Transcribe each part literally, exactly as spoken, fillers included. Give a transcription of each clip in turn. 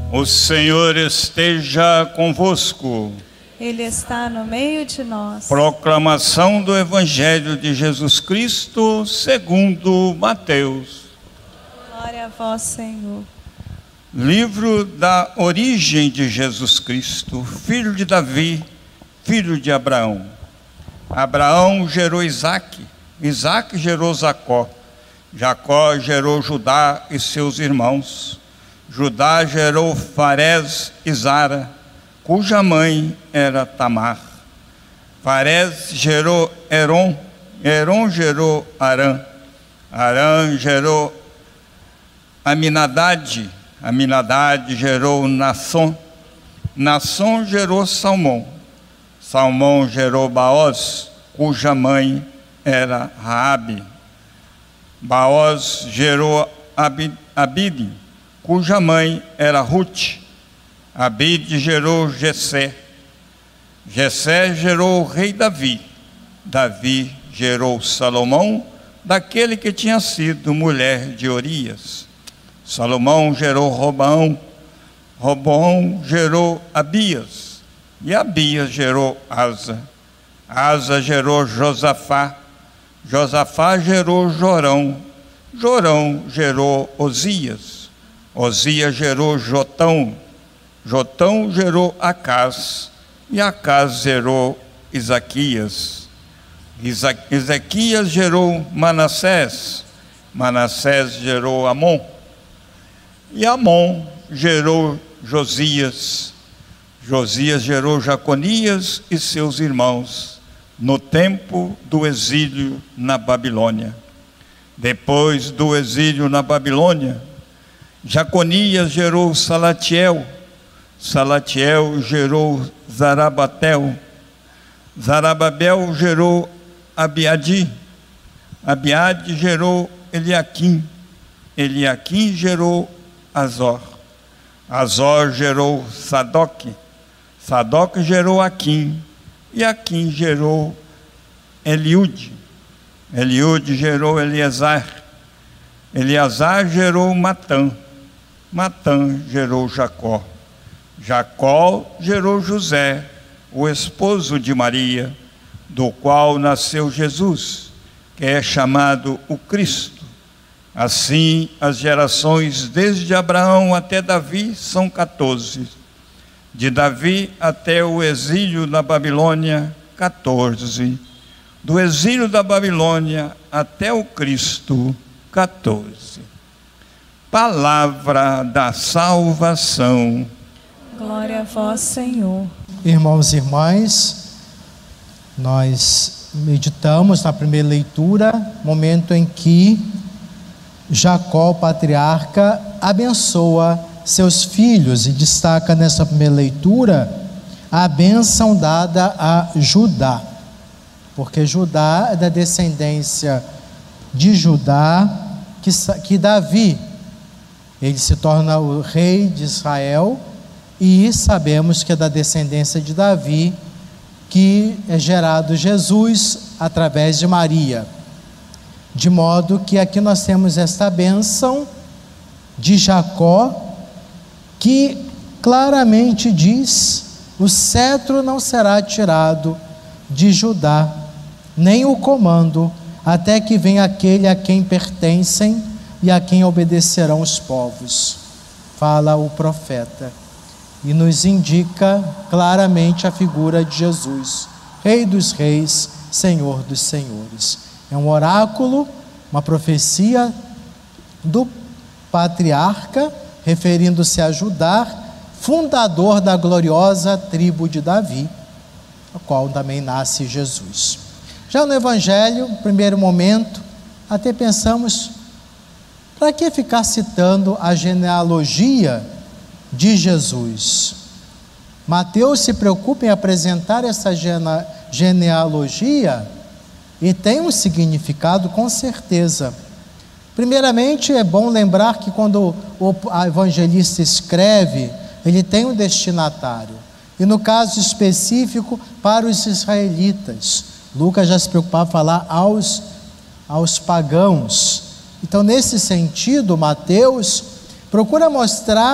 O Senhor esteja convosco. Ele está no meio de nós. Proclamação do Evangelho de Jesus Cristo segundo Mateus. Glória a vós, Senhor. Livro da origem de Jesus Cristo, filho de Davi, filho de Abraão. Abraão gerou Isaque, Isaque gerou Jacó, Jacó gerou Judá e seus irmãos. Judá gerou Farés e Zara, cuja mãe era Tamar. Farés gerou Herom, Herom gerou Arã, Arã gerou Aminadade, Aminadade gerou Nasson, Nasson gerou Salmão, Salmão gerou Baoz, cuja mãe era Raabe. Baoz gerou Abide, cuja mãe era Ruth. Abide gerou Jessé. Jessé gerou o rei Davi. Davi gerou Salomão, daquele que tinha sido mulher de Urias. Salomão gerou Roboão. Roboão gerou Abias. E Abias gerou Asa. Asa gerou Josafá. Josafá gerou Jorão. Jorão gerou Osias. Osias gerou Jotão, Jotão gerou Acás, e Acás gerou Isaquias. Isa, Ezequias gerou Manassés, Manassés gerou Amon, e Amon gerou Josias. Josias gerou Jaconias e seus irmãos, no tempo do exílio na Babilônia. Depois do exílio na Babilônia, Jaconias gerou Salatiel, Salatiel gerou Zarabatel, Zarababel gerou Abiadi, Abiade gerou Eliaquim, Eliaquim gerou Azor, Azor gerou Sadoque, Sadoque gerou Aquim, e Aquim gerou Eliude, Eliude gerou Eleazar, Eleazar gerou Matã, Matã gerou Jacó, Jacó gerou José, o esposo de Maria, do qual nasceu Jesus, que é chamado o Cristo. Assim, as gerações desde Abraão até Davi são quatorze. De Davi até o exílio na Babilônia, quatorze. Do exílio da Babilônia até o Cristo, quatorze. Palavra da salvação. Glória a vós, Senhor. Irmãos e irmãs, nós meditamos na primeira leitura, momento em que Jacó, o patriarca, abençoa seus filhos, e destaca nessa primeira leitura a bênção dada a Judá, porque Judá é da descendência de Judá, que, que Davi, ele se torna o rei de Israel, e sabemos que é da descendência de Davi que é gerado Jesus através de Maria, de modo que aqui nós temos esta bênção de Jacó, que claramente diz: o cetro não será tirado de Judá, nem o comando, até que venha aquele a quem pertencem e a quem obedecerão os povos. Fala o profeta, e nos indica claramente a figura de Jesus, Rei dos Reis, Senhor dos Senhores. É um oráculo, uma profecia do patriarca, referindo-se a Judá, fundador da gloriosa tribo de Davi, a qual também nasce Jesus. Já no Evangelho, no primeiro momento, até pensamos, para que ficar citando a genealogia de Jesus? Mateus se preocupa em apresentar essa gene- genealogia e tem um significado, com certeza. Primeiramente, é bom lembrar que quando o evangelista escreve, ele tem um destinatário, e no caso específico, para os israelitas. Lucas já se preocupava em falar aos, aos pagãos. Então, nesse sentido, Mateus procura mostrar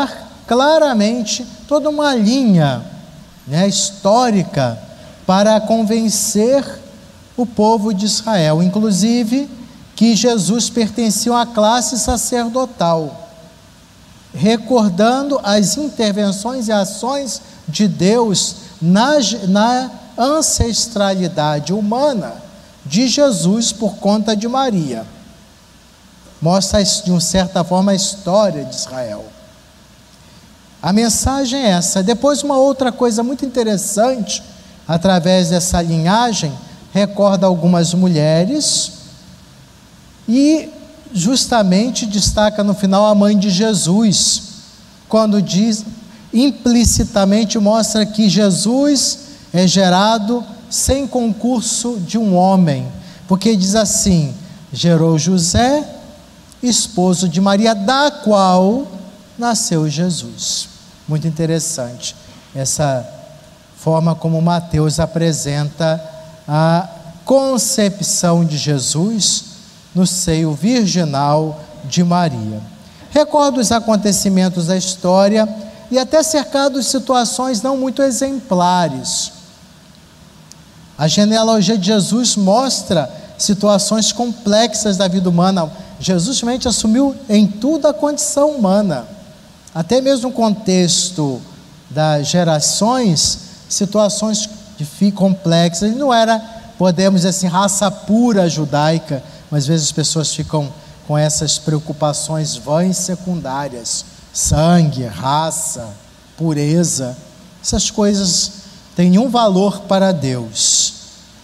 claramente toda uma linha, né, histórica para convencer o povo de Israel, inclusive que Jesus pertencia à classe sacerdotal, recordando as intervenções e ações de Deus na, na ancestralidade humana de Jesus por conta de Maria. Mostra, de uma certa forma, a história de Israel. A mensagem é essa. Depois, uma outra coisa muito interessante, através dessa linhagem, recorda algumas mulheres e justamente destaca no final a mãe de Jesus, quando diz, implicitamente mostra que Jesus é gerado sem concurso de um homem, porque diz assim: gerou José, esposo de Maria, da qual nasceu Jesus. Muito interessante essa forma como Mateus apresenta a concepção de Jesus no seio virginal de Maria. Recorda os acontecimentos da história e até cercado de situações não muito exemplares. A genealogia de Jesus mostra situações complexas da vida humana. Jesus realmente assumiu em tudo a condição humana, até mesmo no contexto das gerações, situações complexas. Ele não era, podemos dizer assim, raça pura judaica, mas às vezes as pessoas ficam com essas preocupações vãs secundárias, sangue, raça, pureza, essas coisas têm nenhum valor para Deus.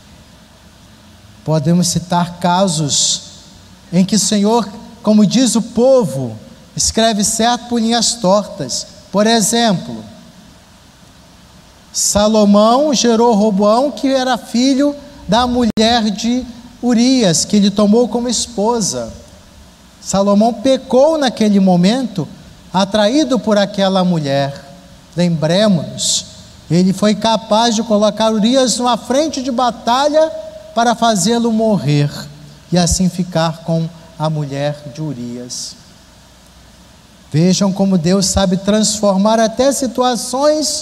Podemos citar casos em que o Senhor, como diz o povo, escreve certo por linhas tortas. Por exemplo, Salomão gerou Roboão, que era filho da mulher de Urias, que ele tomou como esposa. Salomão pecou naquele momento, atraído por aquela mulher. Lembremos-nos, ele foi capaz de colocar Urias numa frente de batalha para fazê-lo morrer, e assim ficar com a mulher de Urias. Vejam como Deus sabe transformar até situações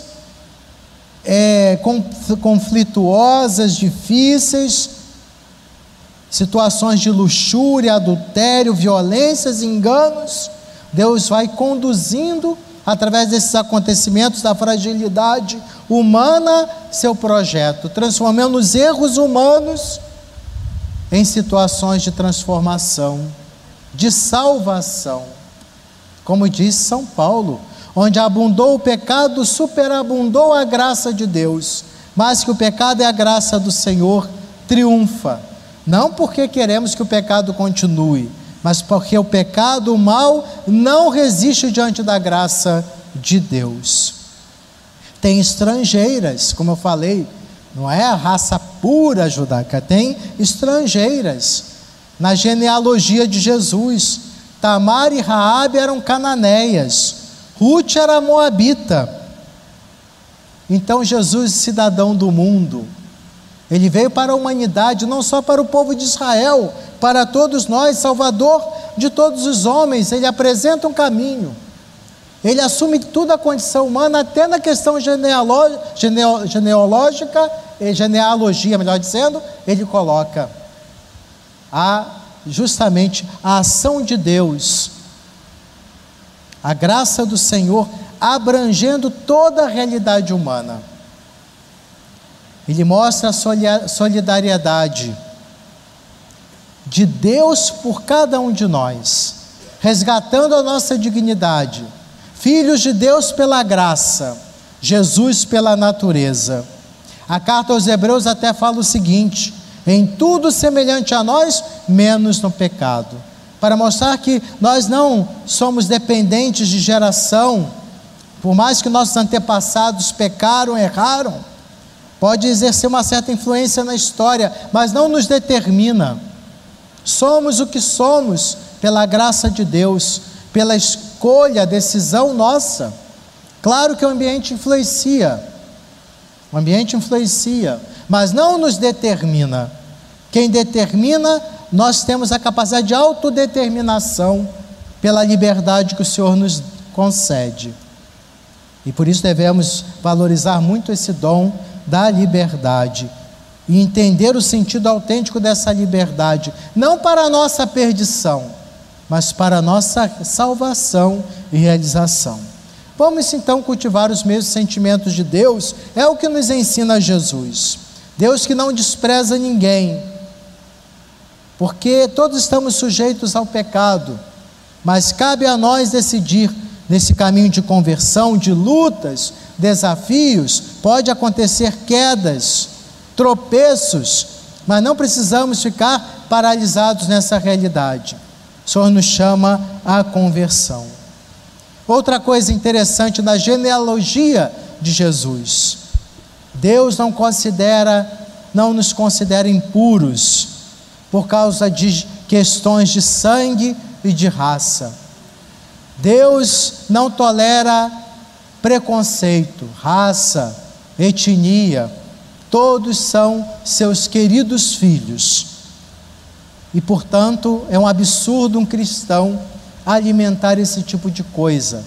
é, conflituosas, difíceis, situações de luxúria, adultério, violências, enganos. Deus vai conduzindo, através desses acontecimentos da fragilidade humana, seu projeto, transformando os erros humanos em situações de transformação, de salvação. Como diz São Paulo, onde abundou o pecado, superabundou a graça de Deus, mas que o pecado é a graça do Senhor, triunfa, não porque queremos que o pecado continue, mas porque o pecado, o mal, não resiste diante da graça de Deus. Tem estrangeiras, como eu falei, não é a raça pura judaica, tem estrangeiras. Na genealogia de Jesus, Tamar e Raabe eram cananeias, Ruth era moabita. Então Jesus, cidadão do mundo, ele veio para a humanidade, não só para o povo de Israel, para todos nós, Salvador de todos os homens. Ele apresenta um caminho, ele assume toda a condição humana, até na questão genealógica, genealógica genealogia, melhor dizendo, ele coloca a, justamente a ação de Deus, a graça do Senhor abrangendo toda a realidade humana. Ele mostra a solidariedade de Deus por cada um de nós, resgatando a nossa dignidade, filhos de Deus pela graça, Jesus pela natureza. A carta aos Hebreus até fala o seguinte: em tudo semelhante a nós, menos no pecado, para mostrar que nós não somos dependentes de geração. Por mais que nossos antepassados pecaram, erraram, pode exercer uma certa influência na história, mas não nos determina. Somos o que somos pela graça de Deus, pela escolha, decisão nossa. Claro que o ambiente influencia, o ambiente influencia, mas não nos determina. Quem determina, nós temos a capacidade de autodeterminação pela liberdade que o Senhor nos concede. E por isso devemos valorizar muito esse dom da liberdade e entender o sentido autêntico dessa liberdade, não para a nossa perdição, mas para a nossa salvação e realização. Vamos então cultivar os mesmos sentimentos de Deus, é o que nos ensina Jesus. Deus que não despreza ninguém, porque todos estamos sujeitos ao pecado, mas cabe a nós decidir nesse caminho de conversão, de lutas, desafios. Pode acontecer quedas, tropeços, mas não precisamos ficar paralisados nessa realidade. O Senhor nos chama à conversão. Outra coisa interessante na genealogia de Jesus: Deus não considera, não nos considera impuros por causa de questões de sangue e de raça. Deus não tolera preconceito, raça, etnia. Todos são seus queridos filhos. E, portanto, é um absurdo um cristão alimentar esse tipo de coisa,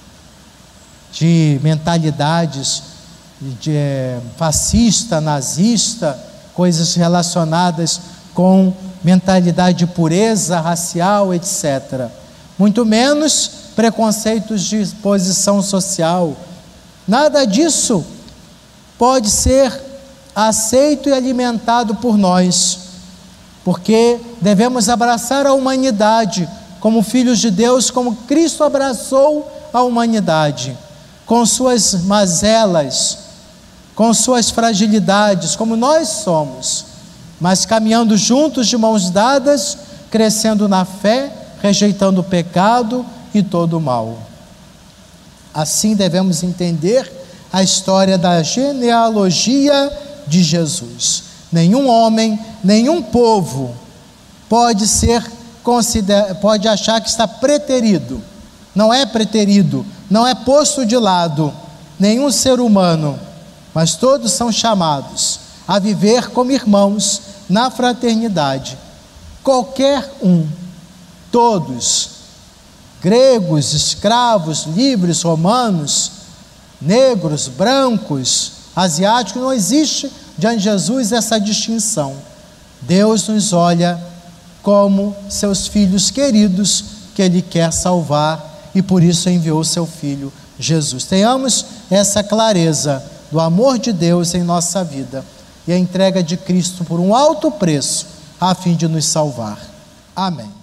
de mentalidades de, é, fascista, nazista, coisas relacionadas com mentalidade de pureza racial, etcétera. Muito menos preconceitos de posição social. Nada disso pode ser aceito e alimentado por nós, porque devemos abraçar a humanidade como filhos de Deus, como Cristo abraçou a humanidade, com suas mazelas, com suas fragilidades, como nós somos, mas caminhando juntos de mãos dadas, crescendo na fé, rejeitando o pecado e todo o mal. Assim devemos entender a história da genealogia de Jesus. Nenhum homem, nenhum povo pode ser consider... pode achar que está preterido. Não é preterido, não é posto de lado nenhum ser humano, mas todos são chamados a viver como irmãos na fraternidade. Qualquer um, todos, gregos, escravos, livres, romanos, negros, brancos, asiáticos, não existe diante de Jesus essa distinção. Deus nos olha como seus filhos queridos que Ele quer salvar e por isso enviou seu Filho Jesus. Tenhamos essa clareza do amor de Deus em nossa vida e a entrega de Cristo por um alto preço a fim de nos salvar. Amém.